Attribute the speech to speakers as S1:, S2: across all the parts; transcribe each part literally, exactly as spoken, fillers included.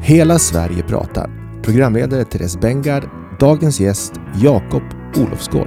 S1: Hela Sverige pratar. Programledare Therese Bengard, dagens gäst Jakob Olofsgård.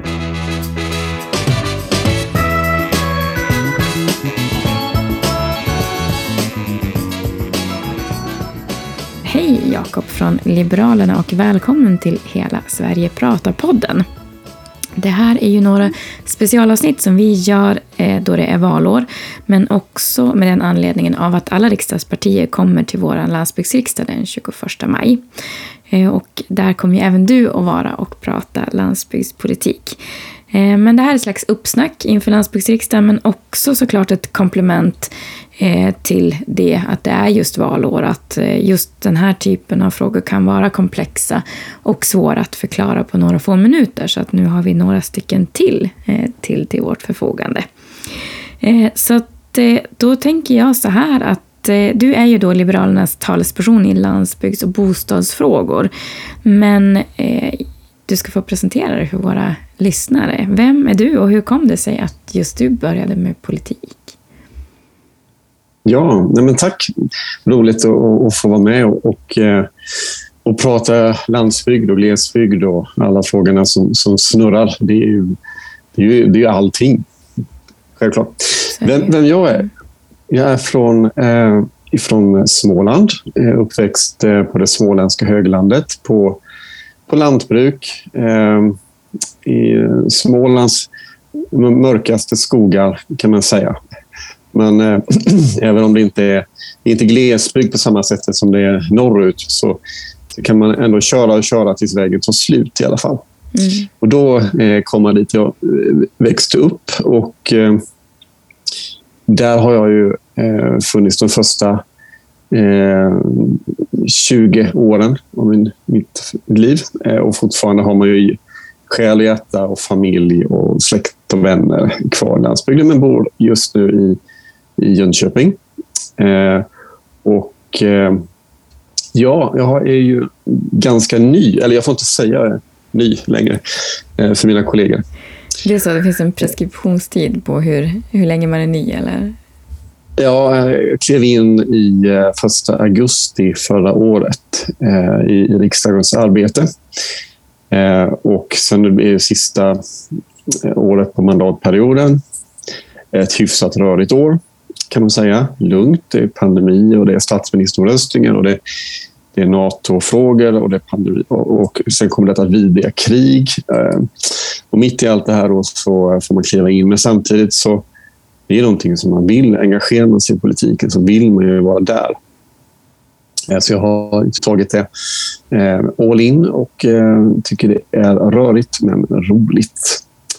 S2: Hej Jakob från Liberalerna och välkommen till Hela Sverige pratar-podden. Det här är ju några specialavsnitt som vi gör eh, då det är valår, men också med den anledningen av att alla riksdagspartier kommer till vår landsbygdsriksdag den tjugoförsta maj. Eh, och där kommer ju även du att vara och prata landsbygdspolitik. Eh, men det här är ett slags uppsnack inför landsbygdsriksdagen, men också såklart ett komplement eh, till det att det är just valår, att eh, just den här typen av frågor kan vara komplexa och svåra att förklara på några få minuter, så att nu har vi några stycken till eh, till, till vårt förfogande. Eh, så att, eh, då tänker jag så här att eh, du är ju då Liberalernas talesperson i landsbygds- och bostadsfrågor, men eh, du ska få presentera dig för våra lyssnare. Vem är du och hur kom det sig att just du började med politik?
S3: Ja, nej men tack. Roligt att, att få vara med och, och, och prata landsbygd och glesbygd och alla frågorna som, som snurrar. Det är ju, det är ju, det är allting, självklart. Vem, vem jag är? Jag är från, eh, ifrån Småland, uppväxt eh, på det småländska höglandet på på lantbruk eh, i Smålands mörkaste skogar kan man säga. Men eh, även om det inte är, det är inte glesbygd på samma sätt som det är norrut, så, så kan man ändå köra och köra tills vägen tar slut i alla fall. Mm. Och då eh, kom jag dit jag växte upp, och eh, där har jag ju eh, funnits de första Eh, tjugo åren av min, mitt liv, eh, och fortfarande har man ju själ och hjärta och familj och släkt och vänner kvar i landsbygden, men bor just nu i, i Jönköping. Eh, och eh, ja, jag är ju ganska ny, eller jag får inte säga ny längre eh, för mina kollegor.
S2: Det är så, det finns en preskriptionstid på hur, hur länge man är ny, eller?
S3: Ja, jag klev in i första augusti förra året eh, i, i riksdagens arbete. Eh, och sen är det sista året på mandatperioden. Ett hyfsat rörigt år kan man säga. Lugnt, det är pandemi och det är statsministeromröstningar och det, det är NATO-frågor och det är pandemi. Och, och sen kommer detta vidriga krig. Eh, och mitt i allt det här då så får man kliva in. Men samtidigt så det är någonting som man vill engagera sig i politiken, så vill man ju vara där. Så jag har tagit det all in och tycker det är rörigt men roligt.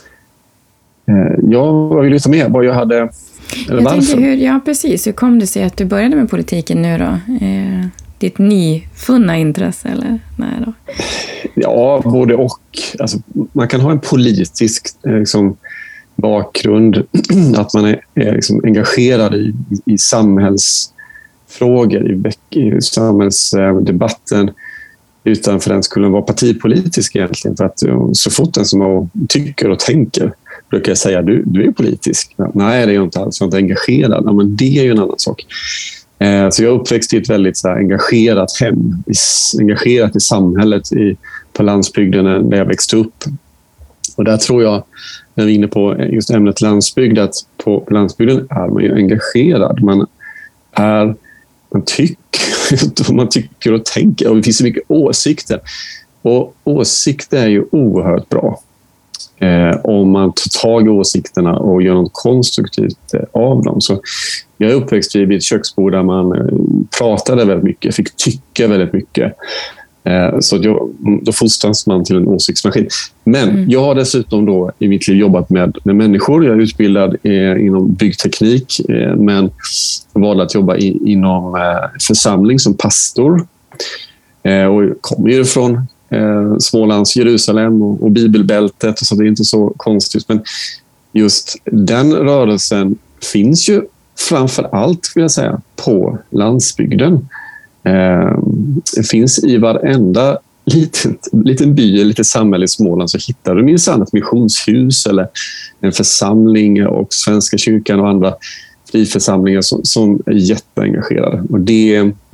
S3: Jag vill lyssna med vad jag hade, eller
S2: jag
S3: varför.
S2: Hur, ja, precis. Hur kom det sig att du började med politiken nu då? Eh, ditt nyfunna intresse, eller? Nej då?
S3: Ja, både och. Alltså, man kan ha en politisk liksom, bakgrund, att man är, är liksom engagerad i, i samhällsfrågor, i, i samhällsdebatten, utan för den skulle vara partipolitisk egentligen. För att så fort den som tycker och tänker brukar jag säga, du, du är politisk. Nej, det är jag inte alls, jag är inte engagerad. Ja, men det är ju en annan sak. Eh, så jag är uppväxt i ett väldigt så här, engagerat hem, i, engagerat i samhället i, på landsbygden där jag växte upp. Och där tror jag, när vi är inne på just ämnet landsbygd, att på, på landsbygden är man ju engagerad. Man, är, man, tycker, man tycker och tänker, och det finns så mycket åsikter. Och åsikter är ju oerhört bra. Eh, om man tar tag i åsikterna och gör något konstruktivt eh, av dem. Så jag är uppväxt vid ett köksbord där man eh, pratade väldigt mycket, fick tycka väldigt mycket. Så då, då fostras man till en åsiktsmaskin. Men mm. jag har dessutom då i mitt liv jobbat med, med människor. Jag är utbildad eh, inom byggteknik, eh, men valde att jobba i, inom eh, församling som pastor. Eh, och kommer ju från eh, Smålands, Jerusalem och, och bibelbältet, och så det är inte så konstigt. Men just den rörelsen finns ju framför allt, vill jag säga, på landsbygden. Det finns i varenda liten, liten by, lite samhälle i Småland, så hittar du minsann ett missionshus eller en församling, och Svenska kyrkan och andra friförsamlingar som, som är jätteengagerade. Och det,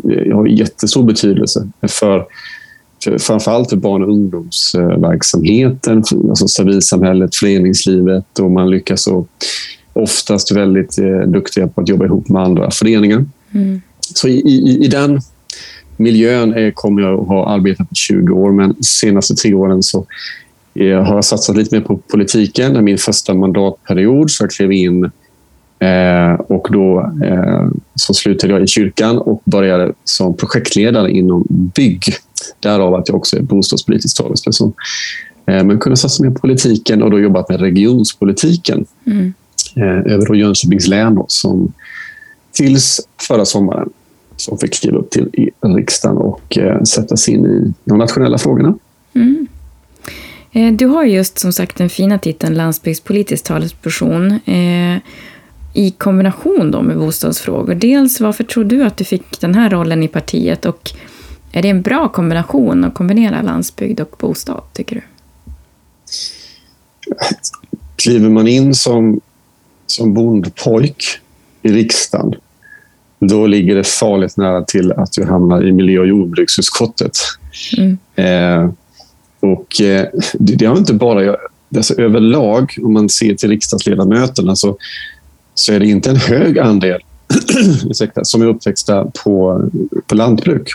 S3: har jättestor betydelse för, för framförallt för barn- och ungdomsverksamheten, alltså civilsamhället, föreningslivet, och man lyckas så oftast väldigt eh, duktiga på att jobba ihop med andra föreningar. Mm. Så i, i, i den miljön är, kommer jag att ha arbetat på tjugo år, men de senaste tre åren så eh, har jag satsat lite mer på politiken. Det är min första mandatperiod, så jag klev in eh, och då eh, så slutade jag i kyrkan och började som projektledare inom bygg. Därav att jag också är bostadspolitisk talesperson. Eh, men kunde satsa mer på politiken och då jobbat med regionspolitiken. Mm. Eh, över Jönköpings län då, som tills förra sommaren som fick skriva upp till i riksdagen och eh, sätta sig in i de nationella frågorna.
S2: Mm. Eh, du har just som sagt den fina titeln landsbygdspolitisk talesperson eh, i kombination då med bostadsfrågor. Dels varför tror du att du fick den här rollen i partiet, och är det en bra kombination att kombinera landsbygd och bostad, tycker du?
S3: Kliver man in som, som bondpojk i riksdagen, då ligger det farligt nära till att du hamnar i miljö- och jordbruksutskottet. Mm. Eh, och eh, det, det har inte bara... Alltså, överlag, om man ser till riksdagsledamöterna, så, så är det inte en hög andel som är uppväxta på, på lantbruk.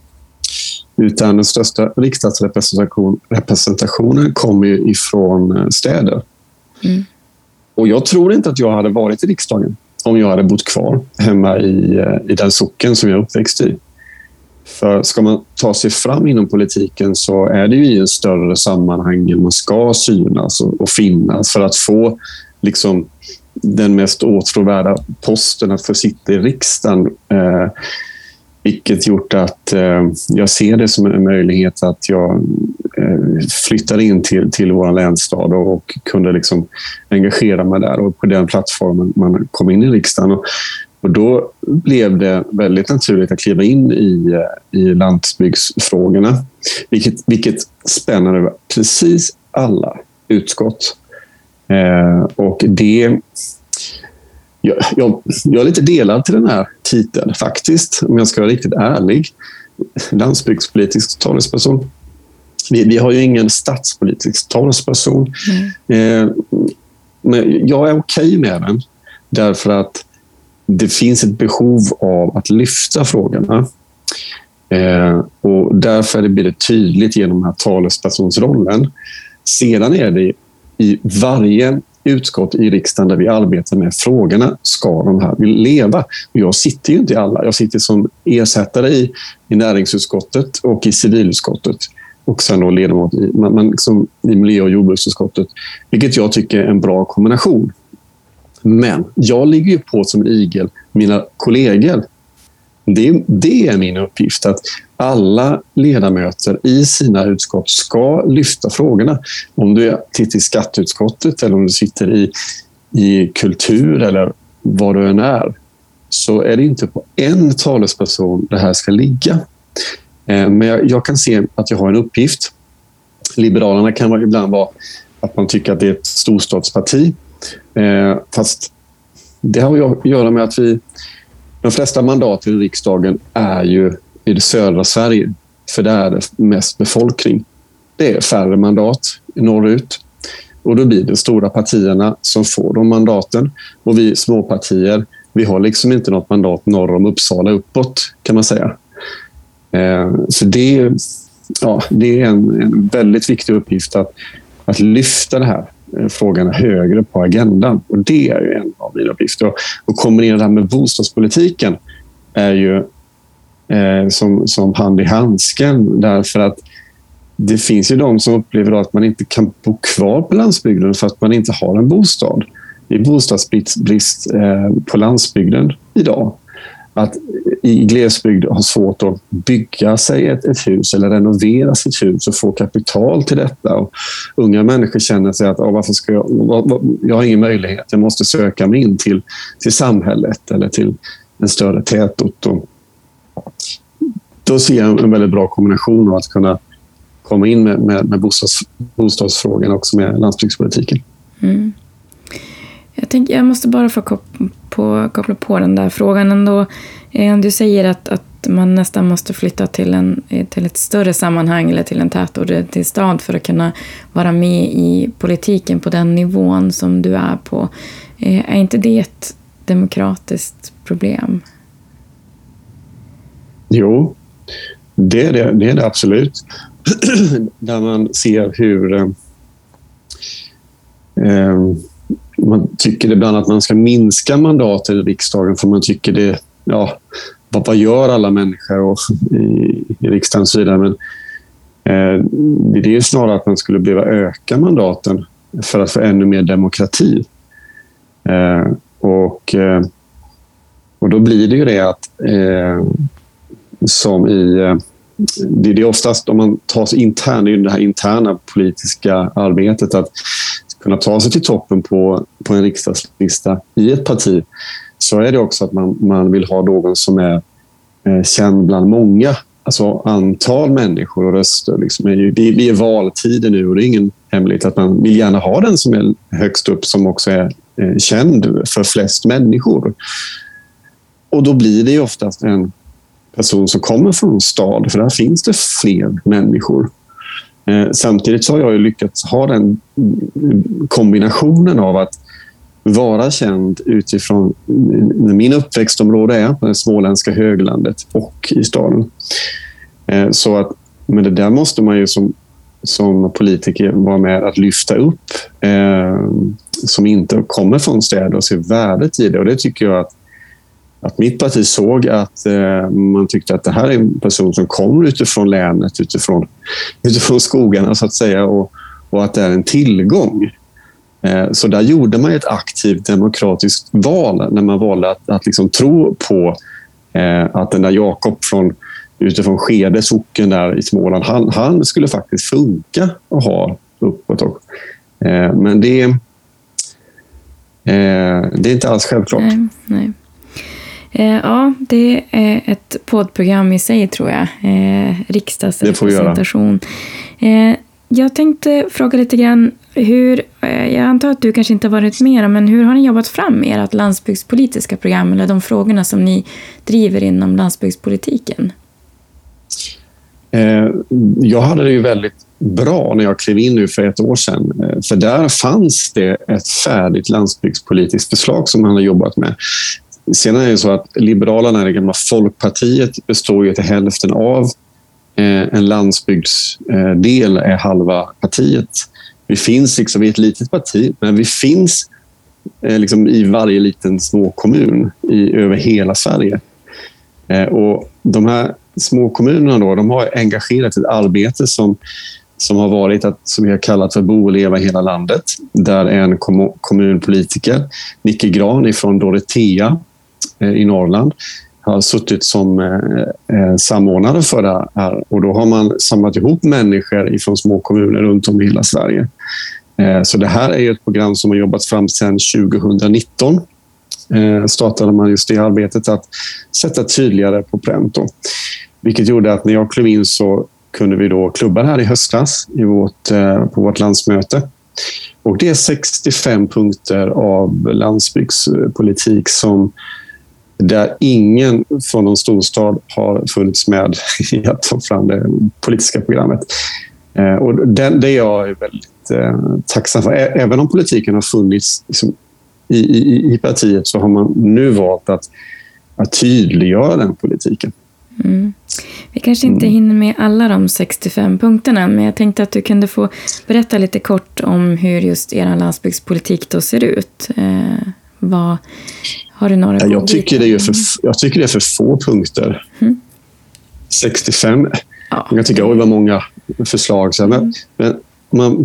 S3: Utan den största riksdagsrepresentationen kommer ju ifrån städer. Mm. Och jag tror inte att jag hade varit i riksdagen om jag hade bott kvar hemma i, i den socken som jag uppväxt i. För ska man ta sig fram inom politiken så är det ju i en större sammanhang man ska synas och, och finnas för att få liksom den mest åtråvärda posten att få sitta i riksdagen. Eh, vilket gjort att eh, jag ser det som en möjlighet att jag eh, flyttade in till, till vår länsstad och, och kunde liksom engagera mig där, och på den plattformen man kom in i riksdagen. Och, och då blev det väldigt naturligt att kliva in i, i landsbygdsfrågorna, vilket, vilket spänner över precis alla utskott. Eh, och det... Jag, jag, jag är lite delad till den här titeln faktiskt, om jag ska vara riktigt ärlig. Landsbygdspolitisk talesperson. Vi, vi har ju ingen statspolitisk talesperson. Mm. Eh, men jag är okej med den, därför att det finns ett behov av att lyfta frågorna. Eh, och därför blir det tydligt genom den här talespersonsrollen. Sedan är det i varje utskott i riksdagen där vi arbetar med frågorna ska de här leva. Och jag sitter ju inte i alla. Jag sitter som ersättare i, i näringsutskottet och i civilutskottet. Och sen då ledamot i, man, man liksom, i miljö- och jordbruksutskottet. Vilket jag tycker är en bra kombination. Men jag ligger ju på som igel mina kollegor. Det, det är min uppgift, att alla ledamöter i sina utskott ska lyfta frågorna. Om du sitter i skatteutskottet eller om du sitter i, i kultur eller vad du än är, så är det inte på en talesperson det här ska ligga. Eh, men jag, jag kan se att jag har en uppgift. Liberalerna kan vara, ibland vara att man tycker att det är ett storstadsparti. Eh, fast det har att göra med att vi de flesta mandat i riksdagen är ju i det södra Sverige, för där är det mest befolkning. Det är färre mandat norrut, och då blir det stora partierna som får de mandaten, och vi små partier, vi har liksom inte något mandat norr om Uppsala uppåt, kan man säga. Eh, så det, ja, det är en, en väldigt viktig uppgift att, att lyfta det här frågan högre på agendan, och det är ju en av mina uppgifter. Och, och kombinera det här med bostadspolitiken är ju eh, som, som hand i handsken, därför att det finns ju de som upplever att man inte kan bo kvar på landsbygden för att man inte har en bostad. Det är bostadsbrist eh, på landsbygden idag. Att i glesbygd har svårt att bygga sig ett, ett hus eller renovera sitt hus och få kapital till detta. Och unga människor känner sig att oh, varför ska jag, vad, vad, jag har ingen möjlighet, jag måste söka mig in till, till samhället eller till en större tätort. Och då ser jag en väldigt bra kombination av att kunna komma in med, med, med bostads, bostadsfrågan också med landsbygdspolitiken. Mm.
S2: Jag tänker, jag måste bara få koppla på, koppla på den där frågan ändå. Du säger att, att man nästan måste flytta till, en, till ett större sammanhang eller till en tätort, till stad för att kunna vara med i politiken på den nivån som du är på. Är inte det ett demokratiskt problem?
S3: Jo, det är det, det, är det absolut. Där man ser hur eh, man tycker ibland att man ska minska mandatet i riksdagen, för man tycker det, ja, vad, vad gör alla människor och, i, i riksdagen och så vidare. Men eh, det är ju snarare att man skulle behöva öka mandaten för att få ännu mer demokrati. Eh, och, eh, och då blir det ju det att eh, som i eh, det, det är oftast om man tar sig internt i det här interna politiska arbetet att kunna ta sig till toppen på, på en riksdagslista i ett parti, så är det också att man, man vill ha någon som är eh, känd bland många, alltså antal människor och röster. Liksom. Det, det är valtider nu och det är ingen hemlighet att man vill gärna ha den som är högst upp som också är eh, känd för flest människor. Och då blir det ju oftast en person som kommer från en stad, för där finns det fler människor. Eh, samtidigt så har jag ju lyckats ha den kombinationen av att vara känd utifrån när min uppväxtområde är på det småländska höglandet och i staden. Eh, så att, men det där måste man ju som, som politiker vara med att lyfta upp eh, som inte kommer från städer och se värdet i det. Och det tycker jag att Att mitt parti såg att eh, man tyckte att det här är en person som kommer utifrån länet, utifrån, utifrån skogarna så att säga, och, och att det är en tillgång. Eh, så där gjorde man ett aktivt demokratiskt val när man valde att, att liksom tro på eh, att den där Jakob från, utifrån Skede socken där i Småland, han, han skulle faktiskt funka att ha uppåt. Eh, men det, eh, det är inte alls självklart.
S2: Nej, nej. Ja, det är ett poddprogram i sig tror jag. Eh, riksdagsrepresentation. Eh, jag tänkte fråga lite grann hur, eh, jag antar att du kanske inte har varit med, men hur har ni jobbat fram ert landsbygdspolitiska program eller de frågorna som ni driver inom landsbygdspolitiken?
S3: Eh, jag hade det ju väldigt bra när jag klev in nu för ett år sedan. Eh, för där fanns det ett färdigt landsbygdspolitiskt förslag som man har jobbat med. Sen är det så att Liberalerna, det gamla Folkpartiet, består ju till hälften av eh, en landsbygdsdel, eh, är halva partiet. Vi finns liksom i ett litet parti, men vi finns eh, liksom i varje liten små kommun i, över hela Sverige. Eh, och de här små kommunerna då, de har engagerat ett arbete som, som har varit att, som vi har kallat för Bo och leva i hela landet, där en kom- kommunpolitiker, Nicke Gran från Dorotea i Norrland, har suttit som eh, samordnare för det här. Och då har man samlat ihop människor från små kommuner runt om i hela Sverige. Eh, så det här är ett program som har jobbats fram sedan tjugonitton. Eh, startade man just det arbetet att sätta tydligare på pränt då. Vilket gjorde att när jag klev in så kunde vi då klubba det här i höstas i vårt, eh, på vårt landsmöte. Och det är sextiofem punkter av landsbygdspolitik som där ingen från någon storstad har funnits med i att ta fram det politiska programmet. Eh, och det, det är jag väldigt eh, tacksam för. Även om politiken har funnits liksom, i, i, i partiet, så har man nu valt att, att tydliggöra den politiken.
S2: Mm. Vi kanske inte mm. hinner med alla de sextiofem punkterna, men jag tänkte att du kunde få berätta lite kort om hur just er landsbygdspolitik då ser ut. Eh, vad, har du några
S3: jag tycker, det är för, jag tycker det är för få punkter. Mm. sextiofem. Ja. Jag tycker oj vad många förslag. Så, mm. men, man,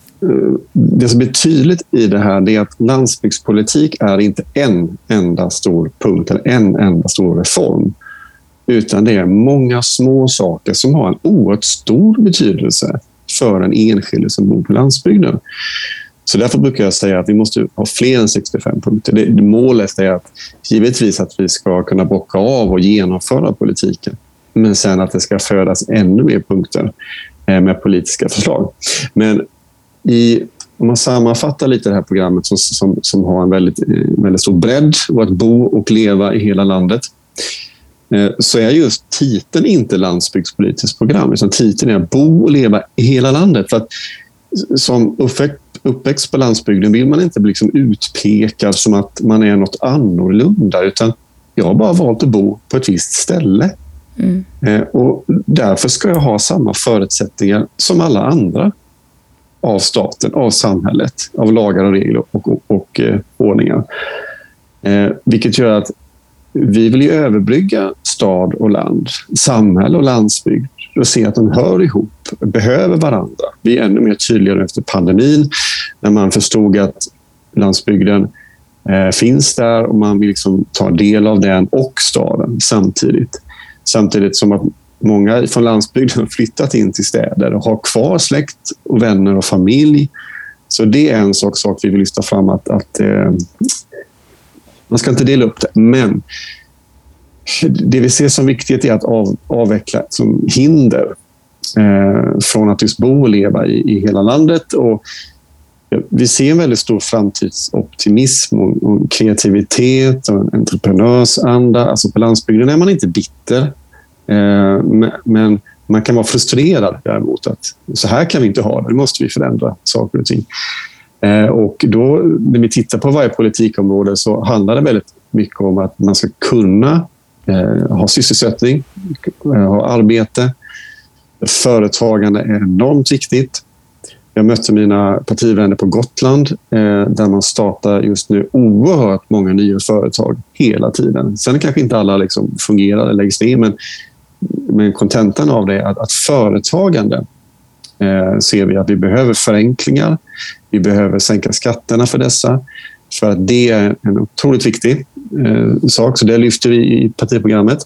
S3: det som blir tydligt i det här är att landsbygdspolitik är inte en enda stor punkt eller en enda stor reform. Utan det är många små saker som har en oerhört stor betydelse för en enskild som bor på landsbygden. Så därför brukar jag säga att vi måste ha fler än sextiofem punkter. Det, det målet är att givetvis att vi ska kunna bocka av och genomföra politiken. Men sen att det ska födas ännu mer punkter med politiska förslag. Men i, om man sammanfattar lite det här programmet som, som, som har en väldigt, väldigt stor bredd och att bo och leva i hela landet, så är just titeln inte landsbygdspolitiskt program, utan titeln är bo och leva i hela landet. För att som uppväxt, uppväxt på landsbygden vill man inte bli liksom utpekad som att man är något annorlunda, utan jag har bara valt att bo på ett visst ställe. Mm. Och därför ska jag ha samma förutsättningar som alla andra av staten, av samhället, av lagar och regler och, och, och eh, ordningar. Eh, vilket gör att vi vill ju överbrygga stad och land, samhälle och landsbygd och se att de hör ihop, behöver varandra. Vi är ännu mer tydligare efter pandemin när man förstod att landsbygden eh, finns där och man vill liksom ta del av den och staden samtidigt. Samtidigt som att många från landsbygden har flyttat in till städer och har kvar släkt och vänner och familj. Så det är en sak, sak vi vill lyfta fram, att, att eh, man ska inte dela upp det. Men det vi ser som viktigt är att av, avveckla som hinder eh, från att just bo och leva i, i hela landet. Och vi ser en väldigt stor framtidsoptimism och, och kreativitet och en entreprenörsanda. Alltså på landsbygden är man inte bitter. Eh, men, men man kan vara frustrerad däremot att så här kan vi inte ha det. Nu måste vi förändra saker och ting. Eh, och då när vi tittar på varje politikområde så handlar det väldigt mycket om att man ska kunna eh, ha sysselsättning, eh, ha arbete. Företagande är enormt viktigt. Jag mötte mina partivänner på Gotland eh, där man startar just nu oerhört många nya företag hela tiden. Sen kanske inte alla liksom fungerar eller läggs ner, men, men kontentan av det är att, att företagande eh, ser vi att vi behöver förenklingar. Vi behöver sänka skatterna för dessa, för att det är en otroligt viktig eh, sak. Så det lyfter vi i partiprogrammet.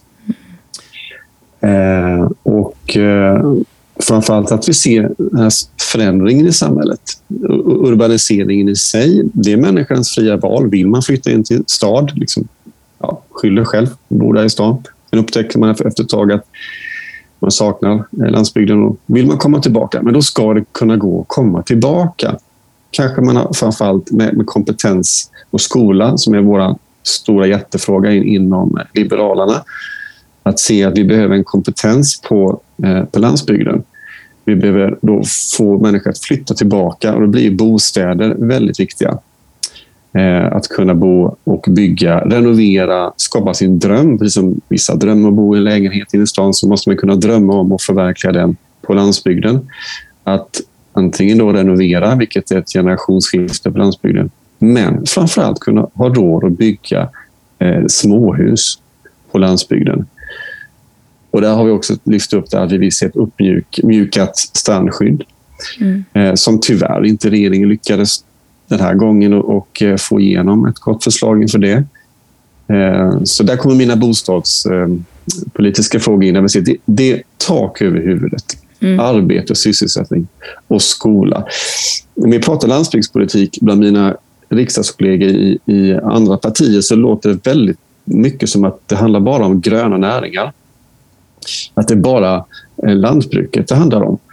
S3: Eh, och eh, framförallt att vi ser den här förändringen i samhället. Urbaniseringen i sig, det är människans fria val. Vill man flytta in till stad, liksom, ja, skyller själv, bor där i stan. Sen upptäcker man efter ett tag att man saknar landsbygden och vill man komma tillbaka. Men då ska det kunna gå att komma tillbaka. Kanske man har framförallt med, med kompetens och skola, som är våra stora hjärtefråga in, inom Liberalerna. Att se att vi behöver en kompetens på, eh, på landsbygden. Vi behöver då få människor att flytta tillbaka, och då blir bostäder väldigt viktiga. Eh, att kunna bo och bygga, renovera, skapa sin dröm. Precis som vissa drömmer att bo i en lägenhet i stan, så måste man kunna drömma om att förverkliga den på landsbygden. Att antingen då renovera, vilket är ett generationsskifte på landsbygden, men framförallt kunna ha råd att bygga eh, småhus på landsbygden. Och där har vi också lyft upp det att vi vill se ett uppmjukat strandskydd. Mm. Eh, som tyvärr inte regeringen lyckades den här gången och, och eh, få igenom ett gott förslag inför det. Eh, så där kommer mina bostadspolitiska eh, frågor in. Jag vill se, det, det är tak över huvudet. Mm. Arbete, sysselsättning och skola. När vi pratar landsbygdspolitik bland mina riksdagskollegor i, i andra partier, så låter det väldigt mycket som att det handlar bara om gröna näringar. Att det är bara lantbruket det handlar om.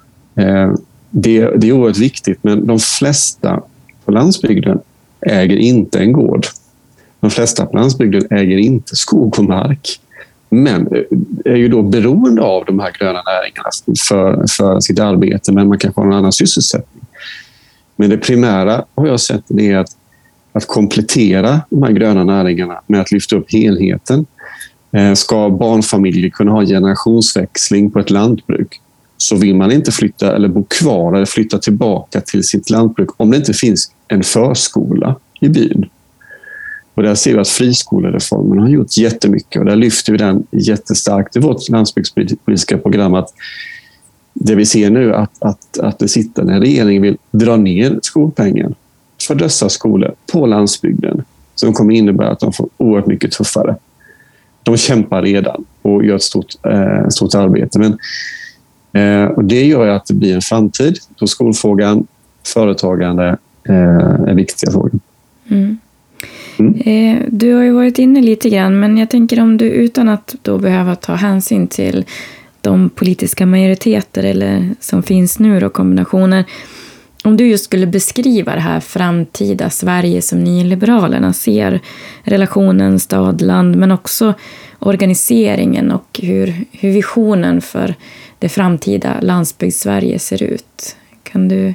S3: Det, det är oerhört viktigt, men de flesta på landsbygden äger inte en gård. De flesta på landsbygden äger inte skog och mark. Men är ju då beroende av de här gröna näringarna för, för sitt arbete, men man kan få en annan sysselsättning. Men det primära har jag sett det är att, att komplettera de här gröna näringarna med att lyfta upp helheten. Ska barnfamiljer kunna ha generationsväxling på ett lantbruk, så vill man inte flytta eller bo kvar eller flytta tillbaka till sitt lantbruk om det inte finns en förskola i byn. Och där ser vi att friskolereformen har gjort jättemycket, och där lyfter vi den jättestarkt i vårt landsbygdspolitiska program. Att det vi ser nu att, att, att det sittande regeringen vill dra ner skolpengen för dessa skolor på landsbygden, som kommer innebära att de får oerhört mycket tuffare. De kämpar redan och gör ett stort, eh, stort arbete. Men, eh, och det gör att det blir en framtid då skolfrågan, företagande eh, är viktiga frågor.
S2: Mm. Mm. Eh, du har ju varit inne lite grann, men jag tänker om du utan att då behöva ta hänsyn till de politiska majoriteter eller som finns nu då, kombinationer. om du just skulle beskriva det här framtida Sverige som ni i Liberalerna ser, relationen stad-land men också organiseringen och hur, hur visionen för det framtida landsbygds-Sverige ser ut. Kan du,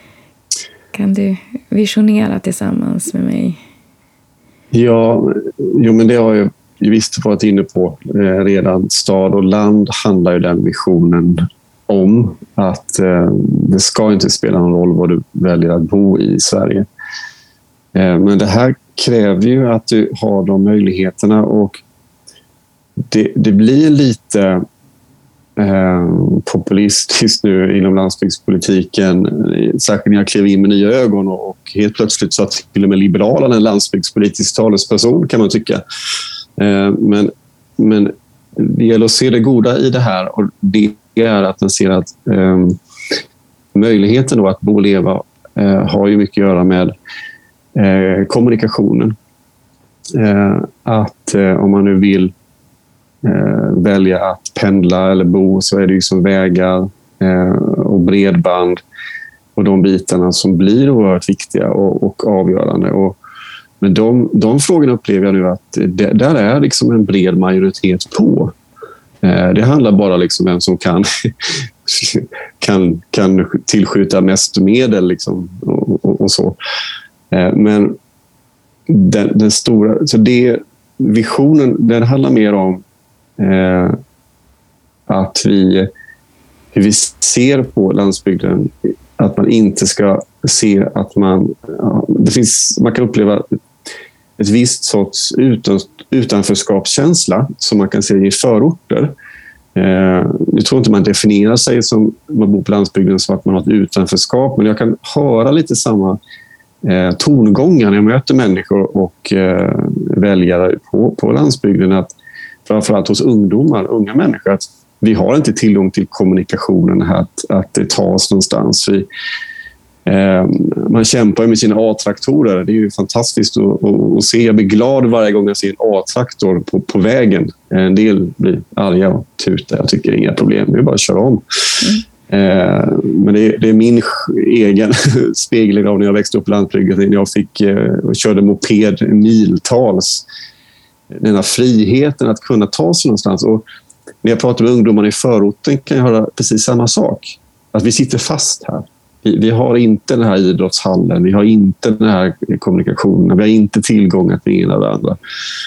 S2: kan du visionera tillsammans med mig?
S3: Ja, jo, men det har jag ju visst varit inne på eh, redan. Stad och land handlar ju den visionen om att eh, det ska inte spela någon roll var du väljer att bo i Sverige. Eh, men det här kräver ju att du har de möjligheterna, och det, det blir lite eh, populistiskt nu inom landsbygdspolitiken, särskilt när jag klev in med nya ögon och, och helt plötsligt så att till och med Liberalerna en landsbygdspolitisk talesperson, kan man tycka. Eh, men, men det gäller att se det goda i det här, och det är att man ser att eh, möjligheten då att bo och leva eh, har ju mycket att göra med eh, kommunikationen. Eh, att eh, om man nu vill eh, välja att pendla eller bo, så är det ju som vägar eh, och bredband och de bitarna som blir oerhört viktiga och, och avgörande. Och, men de, de frågorna upplever jag nu att det, där är liksom en bred majoritet på. Det handlar bara liksom vem som kan, kan, kan tillskjuta mest medel liksom och, och, och så. Men den, den stora, så det, visionen, den handlar mer om eh, att vi, hur vi ser på landsbygden, att man inte ska se att man, ja, det finns, man kan uppleva ett visst sorts utan, utanförskapskänsla som man kan se i förorter. Eh, jag tror inte man definierar sig som man bor på landsbygden så att man har ett utanförskap, men jag kan höra lite samma eh, tongångar när jag möter människor och eh, väljare på, på landsbygden, att framförallt hos ungdomar, unga människor, att vi har inte tillgång till kommunikationen här, att, att det tas någonstans. Vi, Eh, man kämpar med sina A-traktorer. Det är ju fantastiskt att, att, att se. Jag blir glad varje gång jag ser en A-traktor på, på vägen. En del blir arga och tutar. Jag tycker det är inga problem. Det är bara att köra om. Mm. Eh, men det är, det är min egen spegling av när jag växte upp på landsbygden. När jag fick, eh, körde moped miltals. Den här friheten att kunna ta sig någonstans. Och när jag pratar med ungdomarna i förorten kan jag höra precis samma sak. Att vi sitter fast här. Vi har inte den här idrottshallen, vi har inte den här kommunikationen, vi har inte tillgång till ena och det andra.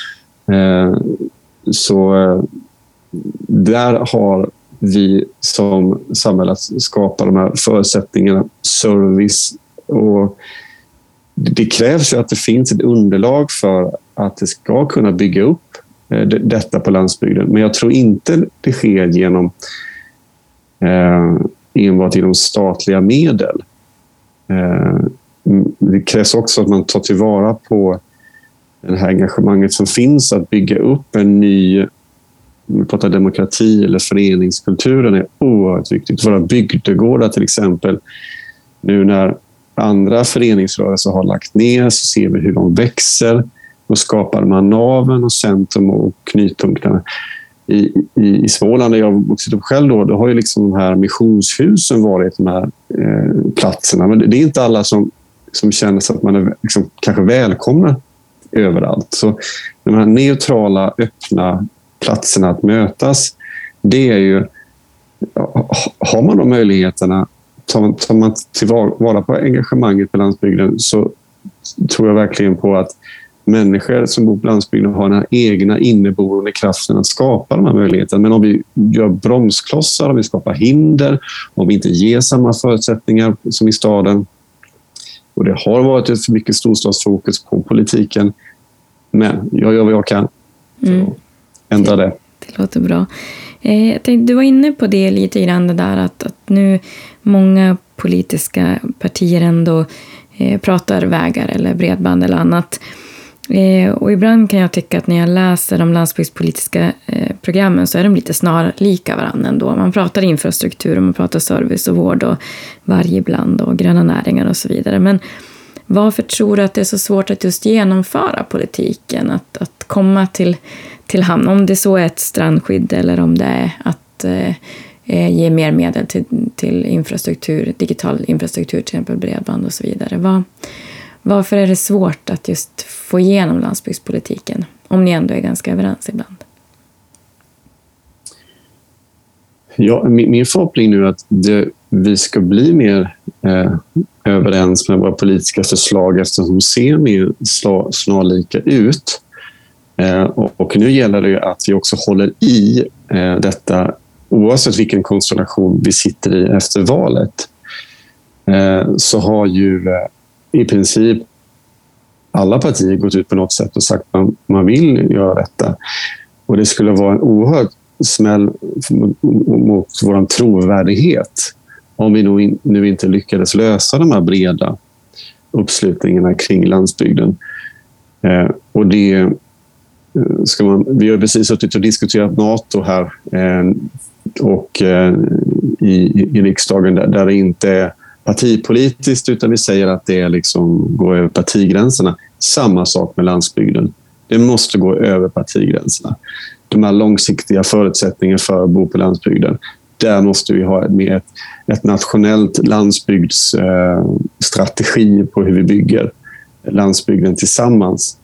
S3: Så där har vi som samhälle att skapa de här förutsättningarna, service, och det krävs ju att det finns ett underlag för att det ska kunna bygga upp detta på landsbygden. Men jag tror inte det sker genom enbart genom statliga medel. Det krävs också att man tar tillvara på det här engagemanget som finns att bygga upp en ny, vi pratar demokrati eller föreningskulturen, är oerhört viktigt. Våra bygdegårdar till exempel, nu när andra föreningsrörelser har lagt ner så ser vi hur de växer. Då skapar man naven och centrum och knytpunkterna. I, i, i Småland där jag har vuxit upp själv då, då har ju liksom de här missionshusen varit de här eh, platserna. Men det, det är inte alla som, som känner sig att man är liksom, kanske välkomna överallt. Så de här neutrala, öppna platserna att mötas, det är ju, har man de möjligheterna, tar, tar man tillvara på engagemanget på landsbygden, så tror jag verkligen på att människor som bor på landsbygden har den här egna inneboende kraften att skapa de här möjligheterna. Men om vi gör bromsklossar, om vi skapar hinder, om vi inte ger samma förutsättningar som i staden, och det har varit ett för mycket storstadsfokus på politiken, men jag gör vad jag kan för att mm. ändra det.
S2: Det låter bra. Eh, jag tänkte, du var inne på det lite grann, det där att, att nu många politiska partier ändå eh, pratar vägar eller bredband eller annat. Eh, och ibland kan jag tycka att när jag läser de landsbygdspolitiska eh, programmen så är de lite snarlika varandra ändå. Man pratar infrastruktur och man pratar service och vård och varje bland och gröna näringar och så vidare. Men varför tror du att det är så svårt att just genomföra politiken? Att, att komma till, till hamn, om det så är ett strandskydd eller om det är att eh, eh, ge mer medel till, till infrastruktur, digital infrastruktur, till exempel bredband och så vidare. Var, varför är det svårt att just få igenom landsbygdspolitiken, om ni ändå är ganska överens ibland?
S3: Ja, min, min förhoppning nu är att det, vi ska bli mer eh, överens med våra politiska förslag eftersom de ser mer sla, snarlika ut. Eh, och, och nu gäller det ju att vi också håller i eh, detta oavsett vilken konstellation vi sitter i efter valet. Eh, så har ju eh, i princip alla partier gått ut på något sätt och sagt att man, man vill göra detta. Och det skulle vara en oerhört smäll mot vår trovärdighet om vi nu, in, nu inte lyckades lösa de här breda uppslutningarna kring landsbygden. Eh, och det ska man, vi har precis suttit och diskuterat NATO här eh, och eh, i, i riksdagen där, där det inte är partipolitiskt utan vi säger att det är liksom går över partigränserna. Samma sak med landsbygden. Det måste gå över partigränserna. De här långsiktiga förutsättningarna för att bo på landsbygden. Där måste vi ha ett, ett, ett nationellt landsbygdsstrategi på hur vi bygger landsbygden tillsammans.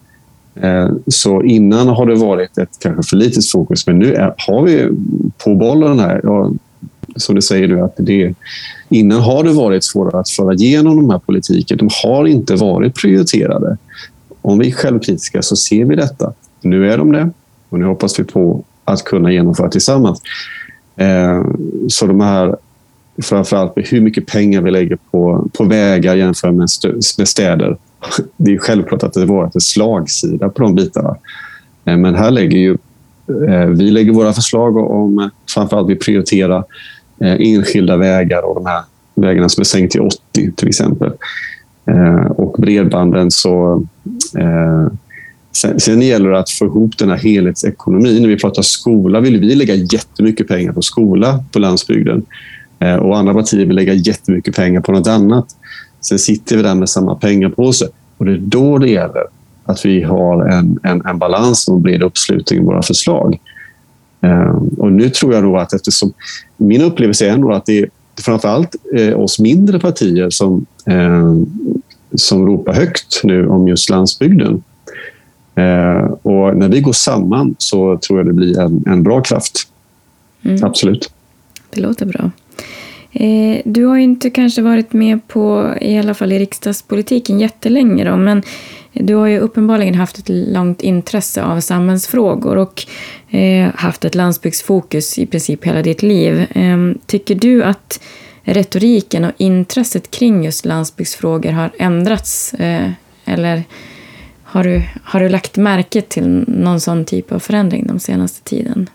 S3: Så innan har det varit ett kanske för litet fokus, men nu är, har vi på bollen här, ja, som du säger nu, att det, innan har det varit svårare att föra igenom de här politiken. De har inte varit prioriterade. Om vi är självkritiska så ser vi detta. Nu är de det och nu hoppas vi på att kunna genomföra tillsammans. Eh, så de här, framförallt med hur mycket pengar vi lägger på, på vägar jämfört med, med städer. Det är självklart att det varit en slagsida på de bitarna. Eh, men här lägger ju eh, vi lägger våra förslag om framförallt vi prioriterar eh, enskilda vägar och de här vägarna som är sänkt till åttio till exempel. Eh, och bredbanden så eh, sen, sen gäller det att få ihop den här helhetsekonomin. När vi pratar skola vill vi lägga jättemycket pengar på skola på landsbygden eh, och andra partier vill lägga jättemycket pengar på något annat. Sen sitter vi där med samma pengar på sig och det är då det gäller att vi har en, en, en balans och en bred uppslutning i våra förslag. Eh, och nu tror jag nog att eftersom min upplevelse är nog att det är framförallt eh, oss mindre partier som, eh, som ropar högt nu om just landsbygden. Eh, och när vi går samman så tror jag det blir en, en bra kraft. Mm. Absolut.
S2: Det låter bra. Eh, du har ju inte kanske varit med på, i alla fall i riksdagspolitiken jättelänge då, men du har ju uppenbarligen haft ett långt intresse av samhällsfrågor och eh, haft ett landsbygdsfokus i princip hela ditt liv. Eh, tycker du att retoriken och intresset kring just landsbygdsfrågor har ändrats? Eh, eller har du, har du lagt märke till någon sån typ av förändring de senaste tiden?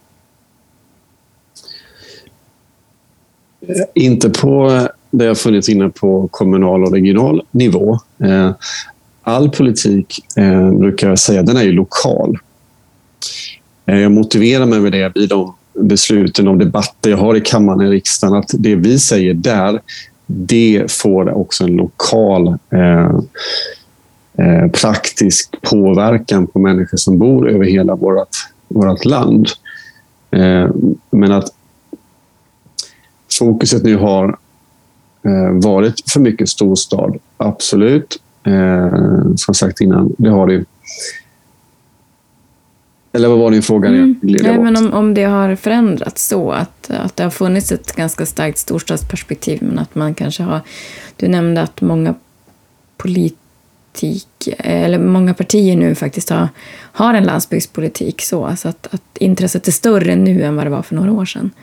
S3: Inte på det jag funnits inne på kommunal och regional nivå. Eh, All politik eh, brukar jag säga, den är ju lokal. Eh, jag motiverar mig med det vid de besluten och debatter jag har i kammaren i riksdagen att det vi säger där, det får också en lokal eh, eh, praktisk påverkan på människor som bor över hela vårt, vårt land. Eh, men att fokuset nu har eh, varit för mycket storstad, absolut. Eh, som sagt innan, det har det. Eller vad var din fråga?
S2: Mm. Nej, men om, om det har förändrats så att, att det har funnits ett ganska starkt storstadsperspektiv, men att man kanske har, du nämnde att många politik eller många partier nu faktiskt har, har en landsbygdspolitik så, alltså att, att intresset är större nu än vad det var för några år sedan.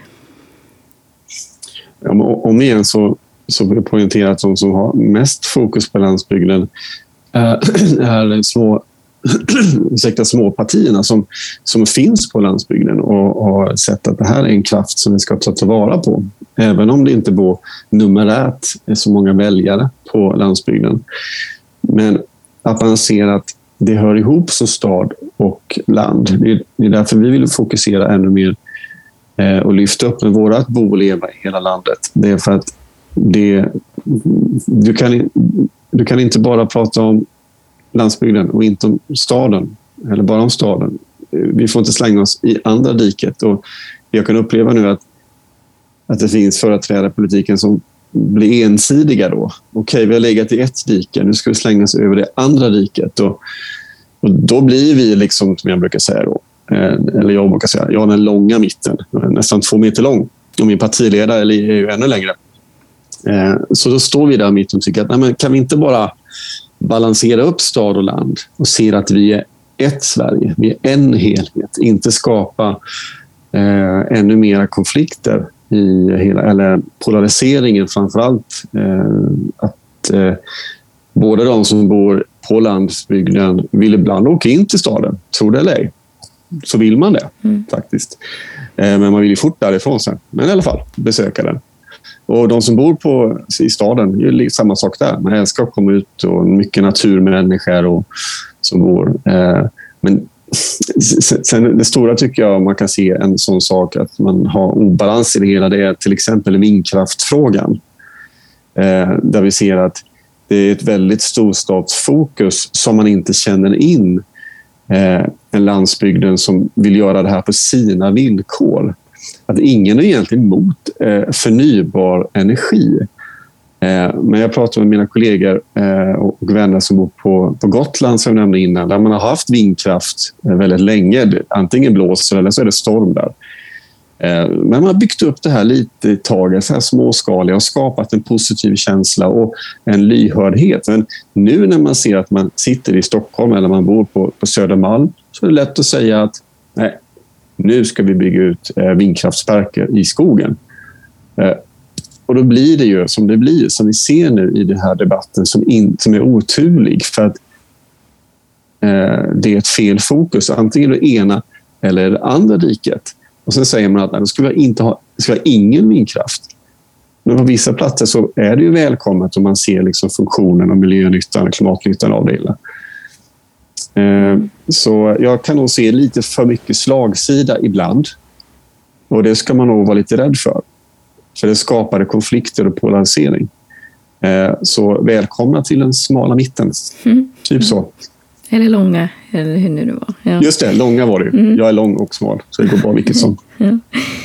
S3: Ja, om igen så så vill jag poängtera att de som har mest fokus på landsbygden är små, ursäkta, små partierna som, som finns på landsbygden och har sett att det här är en kraft som vi ska ta tillvara på. Även om det inte bor numerärt är så många väljare på landsbygden. Men att man ser att det hör ihop som stad och land. Det är, det är därför vi vill fokusera ännu mer eh, och lyfta upp med vårat bo och leva i hela landet. Det är för att det, du, kan, du kan inte bara prata om landsbygden och inte om staden, eller bara om staden. Vi får inte slänga oss i andra diket. Och jag kan uppleva nu att att det finns företrädare i politiken som blir ensidiga då. Okej, vi har legat i ett dike, nu ska vi slänga oss över det andra diket. Och, och då blir vi liksom, som jag brukar säga då, eller jag brukar säga, jag är den långa mitten, nästan två meter lång. Och min partiledare är ju ännu längre. Så då står vi där mitt och tycker att nej, men kan vi inte bara balansera upp stad och land och se att vi är ett Sverige, vi är en helhet, inte skapa eh, ännu mera konflikter i hela, eller polariseringen framförallt, eh, att eh, båda de som bor på landsbygden vill ibland åka in till staden, tror det eller ej. Så vill man det mm. faktiskt. Eh, men man vill ju fort därifrån sen. Men i alla fall, besöka den. Och de som bor på, i staden, det är samma sak där. Man älskar att komma ut och mycket naturmänniskor och, som bor. Eh, men sen det stora tycker jag man kan se en sån sak att man har obalans i det hela. Det är till exempel vindkraftfrågan. Eh, där vi ser att det är ett väldigt storstadsfokus som man inte känner in eh, en landsbygden som vill göra det här på sina villkor. Att ingen är egentligen emot eh, förnybar energi. Eh, men jag pratar med mina kollegor eh, och vänner som bor på, på Gotland som jag nämnde innan, där man har haft vindkraft eh, väldigt länge. Antingen blåser eller så är det storm där. Eh, men man har byggt upp det här lite i taget, så här småskaliga, och skapat en positiv känsla och en lyhördhet. Men nu när man ser att man sitter i Stockholm eller man bor på, på Södermalm, så är det lätt att säga att nej, nu ska vi bygga ut eh, vindkraftsparker i skogen. Eh, och då blir det ju som det blir, som vi ser nu i den här debatten, som, in, som är oturlig för att eh, det är ett fel fokus. Antingen det ena eller det andra diket. Och sen säger man att nej, då ska vi inte ha, ska ha ingen vindkraft. Men på vissa platser så är det ju välkommet om man ser liksom funktionen och miljönyttan och klimatnyttan av det hela. Så jag kan nog se lite för mycket slagsida ibland. Och det ska man nog vara lite rädd för. För det skapar konflikter och polarisering. Så välkomna till den smala mitten. Mm. Typ så.
S2: Eller långa, eller hur nu det var. Ja.
S3: Just det, långa var det ju. Mm. Jag är lång och smal, så det går bra vilket som.
S2: Ja.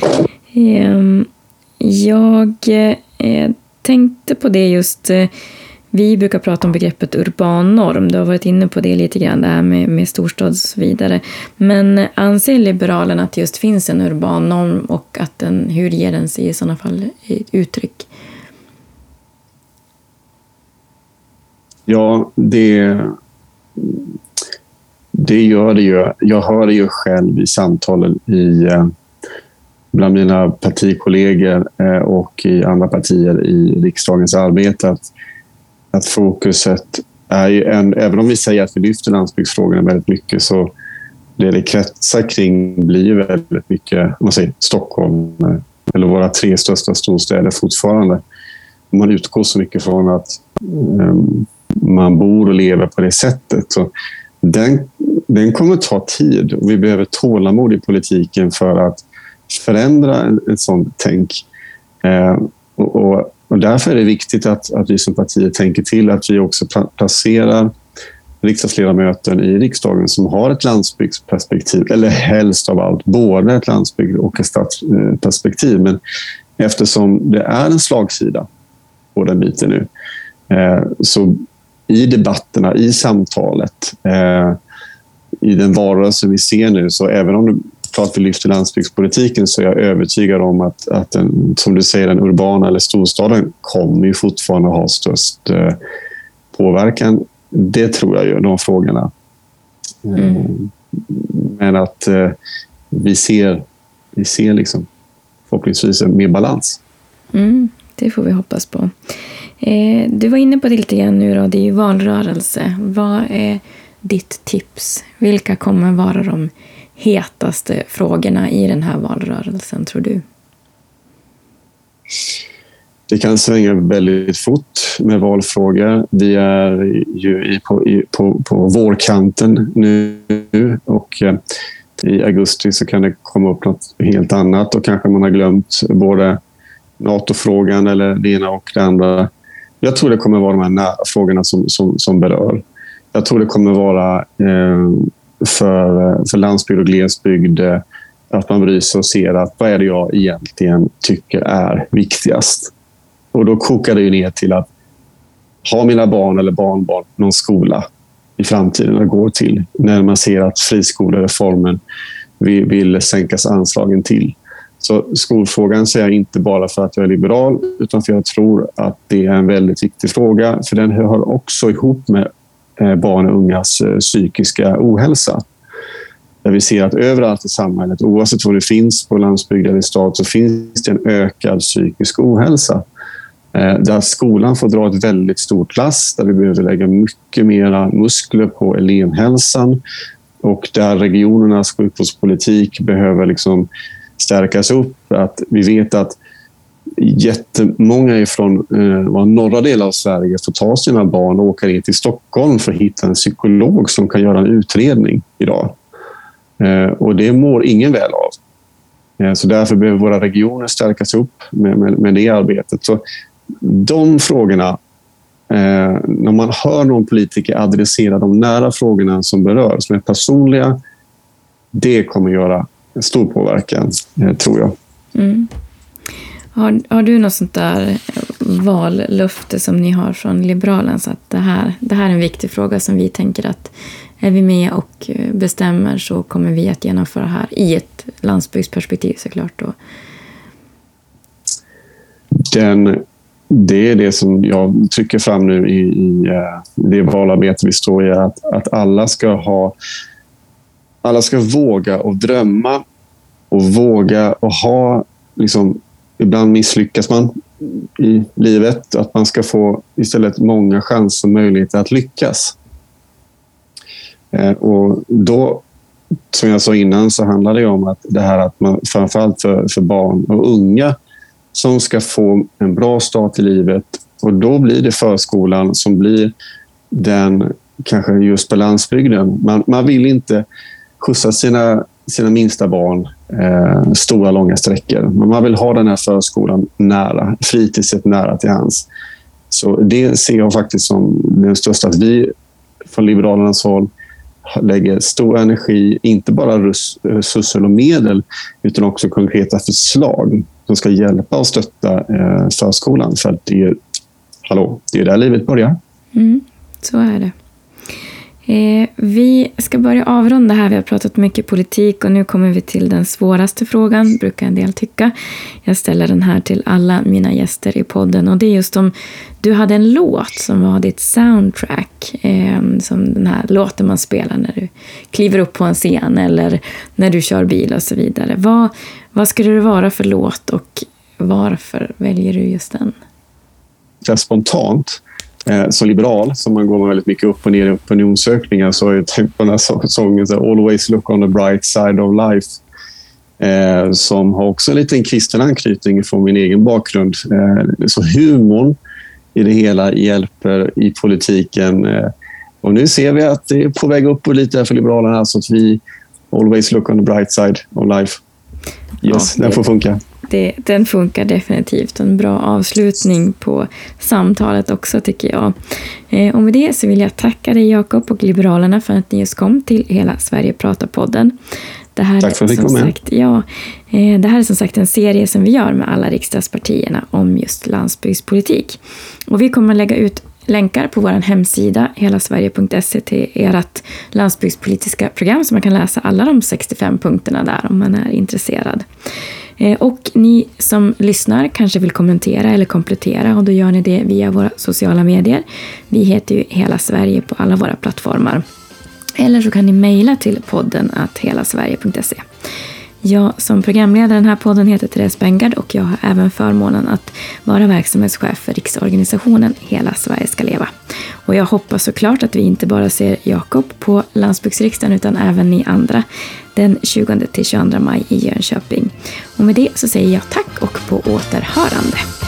S2: Jag tänkte på det just... Vi brukar prata om begreppet urban norm. Du har varit inne på det lite grann, det här med, med storstad och så vidare. Men anser Liberalerna att det just finns en urban norm och att den, hur ger den sig i sådana fall ett uttryck?
S3: Ja, det, det gör det ju. Jag hör det ju själv i samtalen i, bland mina partikollegor och i andra partier i riksdagens arbete att att fokuset är ju en, även om vi säger att vi lyfter landsbygdsfrågorna väldigt mycket, så det det kretsar kring blir ju väldigt mycket, om man säger Stockholm eller våra tre största storstäder fortfarande. Man utgår så mycket från att um, man bor och lever på det sättet. Så den, den kommer ta tid och vi behöver tålamod i politiken för att förändra en, en sån tänk. Uh, och, och Och därför är det viktigt att, att vi som partier tänker till att vi också placerar riksdagsledamöter i riksdagen som har ett landsbygdsperspektiv, eller helst av allt både ett landsbygd och ett stadsperspektiv. Men eftersom det är en slagsida på den biten nu, eh, så i debatterna, i samtalet, eh, i den varelse vi ser nu, så även om det klart vi lyfter landsbygdspolitiken, så är jag övertygad om att, att den, som du säger, den urbana eller storstaden kommer ju fortfarande ha störst eh, påverkan. Det tror jag ju, de frågorna. Mm. Eh, men att eh, vi ser, vi ser liksom förhoppningsvis en mer balans.
S2: Mm, det får vi hoppas på. Eh, du var inne på det lite grann nu då, det är ju valrörelse. Vad är ditt tips? Vilka kommer vara de hetaste frågorna i den här valrörelsen, tror du?
S3: Det kan svänga väldigt fort med valfrågor. Vi är ju på, på, på vårkanten nu och i augusti så kan det komma upp något helt annat och kanske man har glömt både NATO-frågan eller det ena och det andra. Jag tror det kommer vara de här nära frågorna som, som, som berör. Jag tror det kommer vara eh, för, för landsbygd och glesbygd att man bryr sig och ser att vad är det jag egentligen tycker är viktigast. Och då kokar det ju ner till att ha mina barn eller barnbarn någon skola i framtiden att gå till när man ser att friskolereformen vill, vill sänkas anslagen till. Så skolfrågan säger jag inte bara för att jag är liberal utan för att jag tror att det är en väldigt viktig fråga, för den hör också ihop med barn och ungas psykiska ohälsa. Där vi ser att överallt i samhället, oavsett var det finns på landsbygd eller stad, så finns det en ökad psykisk ohälsa. Där skolan får dra ett väldigt stort lass, där vi behöver lägga mycket mera muskler på elevhälsan och där regionernas sjukvårdspolitik behöver liksom stärkas upp. Att vi vet att jättemånga ifrån eh, norra delar av Sverige får ta sina barn och åka in till Stockholm för att hitta en psykolog som kan göra en utredning idag. Eh, och det mår ingen väl av. Eh, så därför behöver våra regioner stärkas upp med, med, med det arbetet. Så de frågorna, eh, när man hör någon politiker adressera de nära frågorna som berör, som är personliga, det kommer göra en stor påverkan, eh, tror jag.
S2: Mm. Har, har du något sånt där vallöfte som ni har från Liberalen, så att det här, det här är en viktig fråga som vi tänker att är vi med och bestämmer så kommer vi att genomföra här i ett landsbygdsperspektiv såklart då?
S3: Den, det är det som jag trycker fram nu i, i det valarbete vi står i, att, att alla ska ha alla ska våga och drömma och våga och ha liksom. Ibland misslyckas man i livet, att man ska få istället många chanser och möjligheter att lyckas. Eh, och då, som jag sa innan, så handlar det om att det här att man framförallt för, för barn och unga som ska få en bra start i livet, och då blir det förskolan som blir den kanske just på landsbygden. Man, man vill inte skjutsa sina sina minsta barn eh, stora långa sträckor. Men man vill ha den här förskolan nära, fritidset nära till hans. Så det ser jag faktiskt som den största, att vi från Liberalernas håll lägger stor energi, inte bara resurser och medel, utan också konkreta förslag som ska hjälpa och stötta eh, förskolan. För att det är, hallå, det är där livet börjar.
S2: Mm, så är det. Eh, vi ska börja avrunda här. Vi har pratat mycket politik och nu kommer vi till den svåraste frågan, brukar en del tycka. Jag ställer den här till alla mina gäster i podden, och det är just om du hade en låt som var ditt soundtrack, eh, som den här låten man spelar när du kliver upp på en scen eller när du kör bil och så vidare. Vad, vad skulle det vara för låt och varför väljer du just den?
S3: Ja, spontant. Eh, som liberal, som man går väldigt mycket upp och ner i opinionssökningar, så är jag tänkt på den här sången så Always look on the bright side of life, eh, som har också en liten kristen anknytning från min egen bakgrund. Eh, så humorn i det hela hjälper i politiken. Eh, och nu ser vi att det är på väg upp och lite för Liberalerna, så att vi always look on the bright side of life. Yes, ja, den får funka.
S2: Det, den funkar definitivt. En bra avslutning på samtalet också, tycker jag. Eh, och med det så vill jag tacka dig, Jakob, och Liberalerna för att ni just kom till Hela Sverige pratar-podden. Det här
S3: Tack för att du kom med.
S2: Ja, eh, det här är som sagt en serie som vi gör med alla riksdagspartierna om just landsbygdspolitik. Och vi kommer att lägga ut länkar på vår hemsida helasverige punkt se till ert landsbygdspolitiska program, så man kan läsa alla de sextiofem punkterna där om man är intresserad. Och ni som lyssnar kanske vill kommentera eller komplettera, och då gör ni det via våra sociala medier. Vi heter ju Hela Sverige på alla våra plattformar. Eller så kan ni mejla till podden at helasverige punkt se. Jag som programledare den här podden heter Therese Bengard, och jag har även förmånen att vara verksamhetschef för riksorganisationen Hela Sverige ska leva. Och jag hoppas såklart att vi inte bara ser Jakob på landsbygdsriksdagen utan även ni andra den tjugonde till tjugoandra maj i Jönköping. Och med det så säger jag tack och på återhörande.